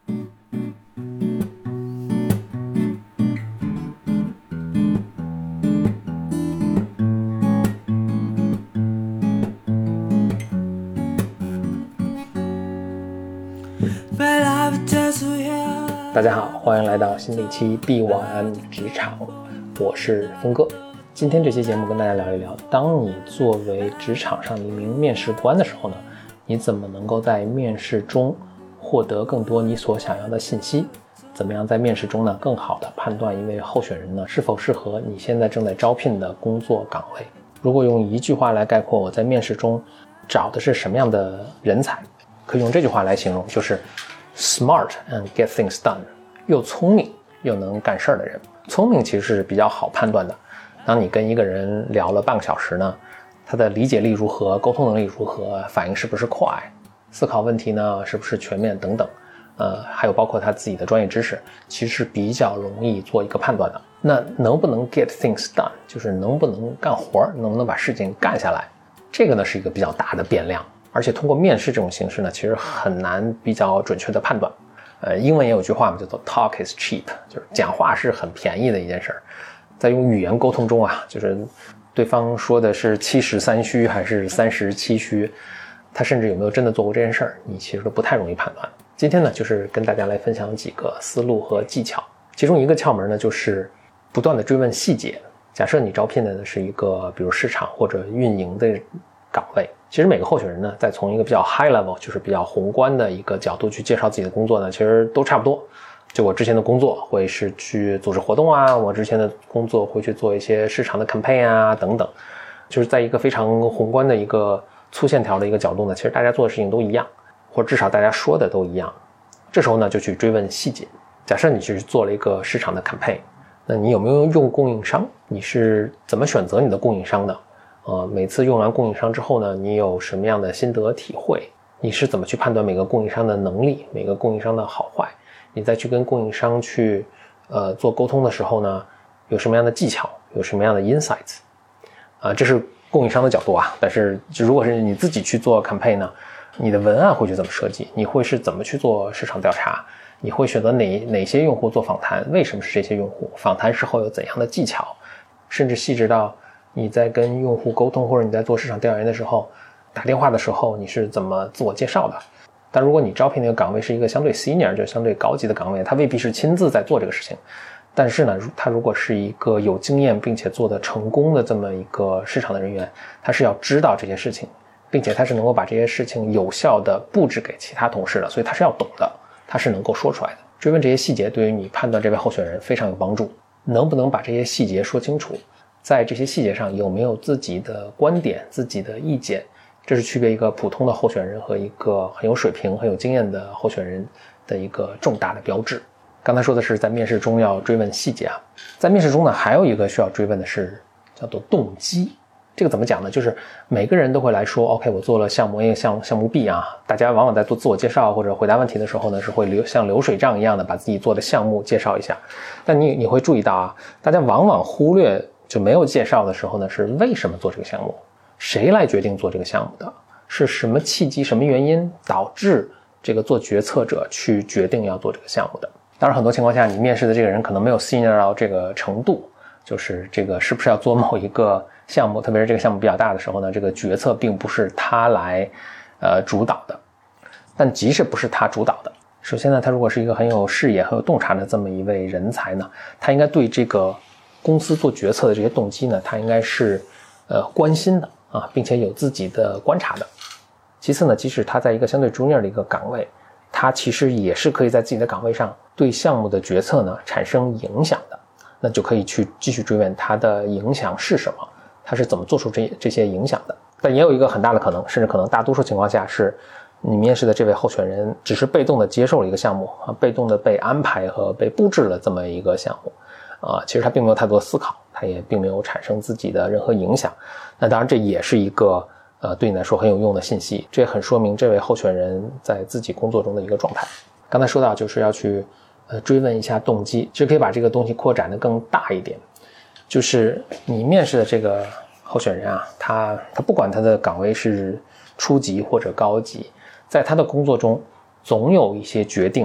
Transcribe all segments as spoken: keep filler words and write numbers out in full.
大家好，欢迎来到新的一期 B Y M 职场，我是峰哥。今天这期节目跟大家聊一聊，当你作为职场上一名面试官的时候呢，你怎么能够在面试中获得更多你所想要的信息？怎么样在面试中呢，更好的判断一位候选人呢是否适合你现在正在招聘的工作岗位？如果用一句话来概括我在面试中找的是什么样的人才，可以用这句话来形容，就是 smart and get things done， 又聪明又能干事儿的人。聪明其实是比较好判断的，当你跟一个人聊了半个小时呢，他的理解力如何，沟通能力如何，反应是不是快，思考问题呢是不是全面等等，呃，还有包括他自己的专业知识，其实是比较容易做一个判断的。那能不能 get things done， 就是能不能干活，能不能把事情干下来，这个呢是一个比较大的变量，而且通过面试这种形式呢，其实很难比较准确的判断。呃，英文也有句话嘛，叫做 talk is cheap， 就是讲话是很便宜的一件事儿。在用语言沟通中啊，就是对方说的是七十三虚还是三十七虚，他甚至有没有真的做过这件事儿，你其实都不太容易判断。今天呢，就是跟大家来分享几个思路和技巧，其中一个窍门呢，就是不断的追问细节。假设你招聘的是一个比如市场或者运营的岗位，其实每个候选人呢，在从一个比较 high level， 就是比较宏观的一个角度去介绍自己的工作呢，其实都差不多。就我之前的工作会是去组织活动啊，我之前的工作会去做一些市场的 campaign 啊等等，就是在一个非常宏观的一个粗线条的一个角度呢，其实大家做的事情都一样，或者至少大家说的都一样。这时候呢，就去追问细节。假设你去做了一个市场的 campaign， 那你有没有用供应商？你是怎么选择你的供应商的？呃，每次用完供应商之后呢，你有什么样的心得体会？你是怎么去判断每个供应商的能力，每个供应商的好坏？你再去跟供应商去呃做沟通的时候呢，有什么样的技巧，有什么样的 insights？ 啊、呃，这是供应商的角度啊。但是如果是你自己去做 campaign 呢，你的文案会去怎么设计？你会是怎么去做市场调查？你会选择哪哪些用户做访谈？为什么是这些用户？访谈时候有怎样的技巧？甚至细致到你在跟用户沟通，或者你在做市场调研的时候，打电话的时候你是怎么自我介绍的？但如果你招聘那个岗位是一个相对 senior， 就相对高级的岗位，他未必是亲自在做这个事情，但是呢，他如果是一个有经验并且做得成功的这么一个市场的人员，他是要知道这些事情，并且他是能够把这些事情有效地布置给其他同事的，所以他是要懂的，他是能够说出来的。追问这些细节对于你判断这位候选人非常有帮助。能不能把这些细节说清楚，在这些细节上有没有自己的观点，自己的意见，这是区别一个普通的候选人和一个很有水平很有经验的候选人的一个重大的标志。刚才说的是在面试中要追问细节啊，在面试中呢，还有一个需要追问的是叫做动机。这个怎么讲呢？就是每个人都会来说 OK， 我做了项目 A 项项目 B 啊，大家往往在做自我介绍或者回答问题的时候呢，是会流像流水账一样的把自己做的项目介绍一下。但你你会注意到啊，大家往往忽略就没有介绍的时候呢，是为什么做这个项目，谁来决定做这个项目的，是什么契机什么原因导致这个做决策者去决定要做这个项目的。当然很多情况下你面试的这个人可能没有 senior 到这个程度，就是这个是不是要做某一个项目，特别是这个项目比较大的时候呢，这个决策并不是他来呃主导的。但即使不是他主导的，首先呢，他如果是一个很有视野很有洞察的这么一位人才呢，他应该对这个公司做决策的这些动机呢，他应该是呃关心的啊，并且有自己的观察的。其次呢，即使他在一个相对 junior 的一个岗位，他其实也是可以在自己的岗位上对项目的决策呢产生影响的，那就可以去继续追问他的影响是什么，他是怎么做出这这些影响的。但也有一个很大的可能，甚至可能大多数情况下是你面试的这位候选人只是被动的接受了一个项目啊，被动的被安排和被布置了这么一个项目啊，其实他并没有太多思考，他也并没有产生自己的任何影响。那当然这也是一个呃对你来说很有用的信息，这也很说明这位候选人在自己工作中的一个状态。刚才说到就是要去呃追问一下动机，其实可以把这个东西扩展的更大一点，就是你面试的这个候选人啊，他他不管他的岗位是初级或者高级，在他的工作中总有一些决定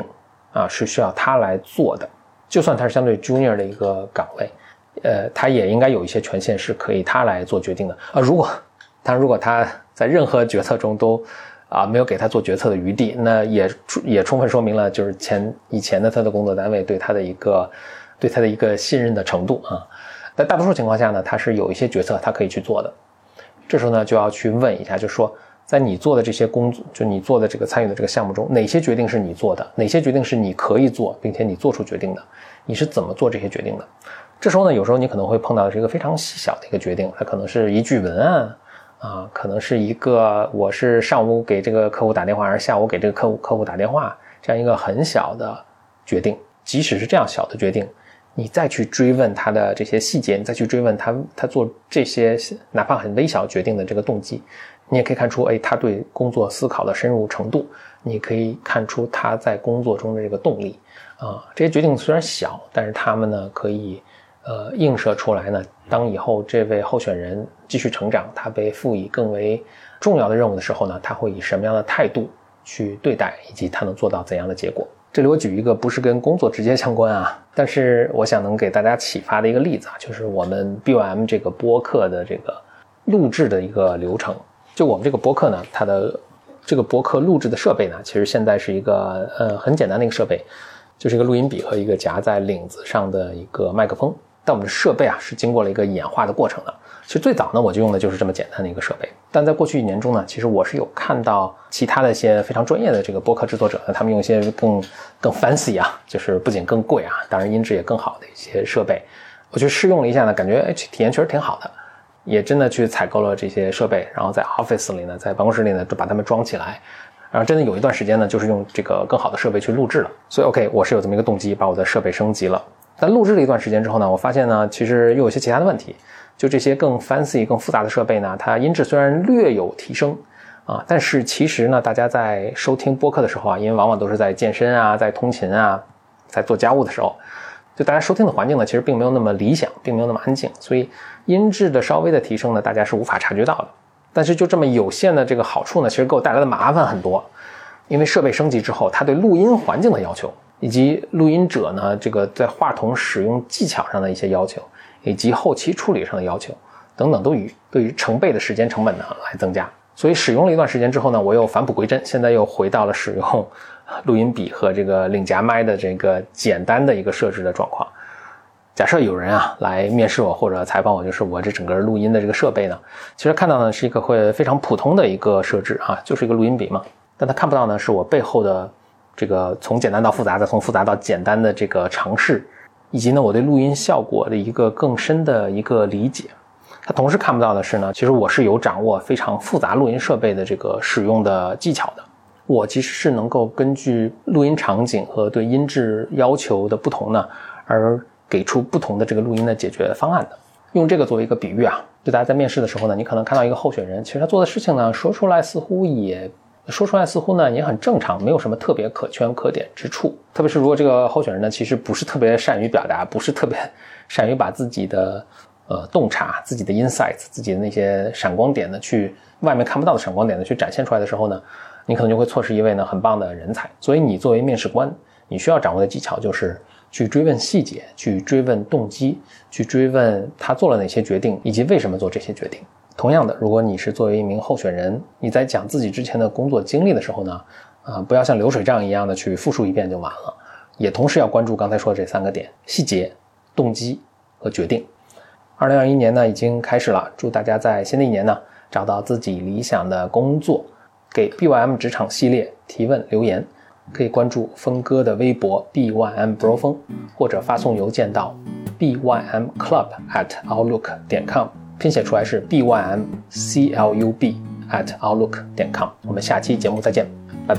啊是需要他来做的，就算他是相对 junior 的一个岗位，呃，他也应该有一些权限是可以他来做决定的啊。如果他如果他在任何决策中都啊没有给他做决策的余地，那也也充分说明了就是前以前的他的工作单位对他的一个对他的一个信任的程度啊。在大多数情况下呢，他是有一些决策他可以去做的。这时候呢，就要去问一下，就是说在你做的这些工作，就你做的这个参与的这个项目中，哪些决定是你做的，哪些决定是你可以做并且你做出决定的，你是怎么做这些决定的。这时候呢，有时候你可能会碰到的是一个非常细小的一个决定，它可能是一句文案啊，可能是一个我是上午给这个客户打电话还是下午给这个客户客户打电话，这样一个很小的决定。即使是这样小的决定，你再去追问他的这些细节，你再去追问他他做这些哪怕很微小决定的这个动机，你也可以看出哎，他对工作思考的深入程度，你可以看出他在工作中的这个动力啊。这些决定虽然小，但是他们呢可以呃映射出来呢，当以后这位候选人继续成长，他被赋予更为重要的任务的时候呢，他会以什么样的态度去对待，以及他能做到怎样的结果。这里我举一个不是跟工作直接相关啊，但是我想能给大家启发的一个例子啊，就是我们 B Y M 这个播客的这个录制的一个流程。就我们这个播客呢，它的这个播客录制的设备呢，其实现在是一个呃很简单的一个设备，就是一个录音笔和一个夹在领子上的一个麦克风。但我们的设备啊是经过了一个演化的过程的。其实最早呢，我就用的就是这么简单的一个设备。但在过去一年中呢，其实我是有看到其他的一些非常专业的这个播客制作者呢，他们用一些更更 fancy 啊，就是不仅更贵啊，当然音质也更好的一些设备。我去试用了一下呢，感觉哎体验确实挺好的，也真的去采购了这些设备，然后在 office 里呢，在办公室里呢，都把它们装起来。然后真的有一段时间呢，就是用这个更好的设备去录制了。所以 OK， 我是有这么一个动机，把我的设备升级了。但录制了一段时间之后呢，我发现呢，其实又有些其他的问题。就这些更 fancy 更复杂的设备呢，它音质虽然略有提升啊，但是其实呢，大家在收听播客的时候啊，因为往往都是在健身啊，在通勤啊，在做家务的时候，就大家收听的环境呢，其实并没有那么理想，并没有那么安静，所以音质的稍微的提升呢，大家是无法察觉到的。但是就这么有限的这个好处呢，其实给我带来的麻烦很多。因为设备升级之后，它对录音环境的要求，以及录音者呢这个在话筒使用技巧上的一些要求，以及后期处理上的要求等等，都与对于成倍的时间成本呢来增加。所以使用了一段时间之后呢，我又返璞归真，现在又回到了使用录音笔和这个领夹麦的这个简单的一个设置的状况。假设有人啊来面试我或者采访我，就是我这整个录音的这个设备呢，其实看到呢是一个会非常普通的一个设置啊，就是一个录音笔嘛，但他看不到呢是我背后的这个从简单到复杂的，从复杂到简单的这个尝试，以及呢我对录音效果的一个更深的一个理解。他同时看不到的是呢，其实我是有掌握非常复杂录音设备的这个使用的技巧的。我其实是能够根据录音场景和对音质要求的不同呢，而给出不同的这个录音的解决方案的。用这个作为一个比喻啊，就大家在面试的时候呢，你可能看到一个候选人，其实他做的事情呢，说出来似乎也说出来似乎呢也很正常，没有什么特别可圈可点之处。特别是如果这个候选人呢，其实不是特别善于表达，不是特别善于把自己的呃洞察、自己的 insights、自己的那些闪光点呢，去外面看不到的闪光点呢，去展现出来的时候呢，你可能就会错失一位呢很棒的人才。所以你作为面试官，你需要掌握的技巧就是去追问细节，去追问动机，去追问他做了哪些决定，以及为什么做这些决定。同样的，如果你是作为一名候选人，你在讲自己之前的工作经历的时候呢，呃，不要像流水账一样的去复述一遍就完了，也同时要关注刚才说的这三个点：细节、动机和决定。二零二一年呢已经开始了，祝大家在新的一年呢找到自己理想的工作。给 B Y M 职场系列提问留言，可以关注峰哥的微博 B Y M Bro 峰，或者发送邮件到 B Y M Club at outlook 点 com， 拼写出来是 B Y M C L U B at outlook 点 com。 我们下期节目再见，拜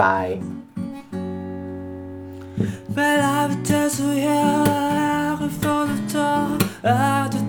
拜。Well,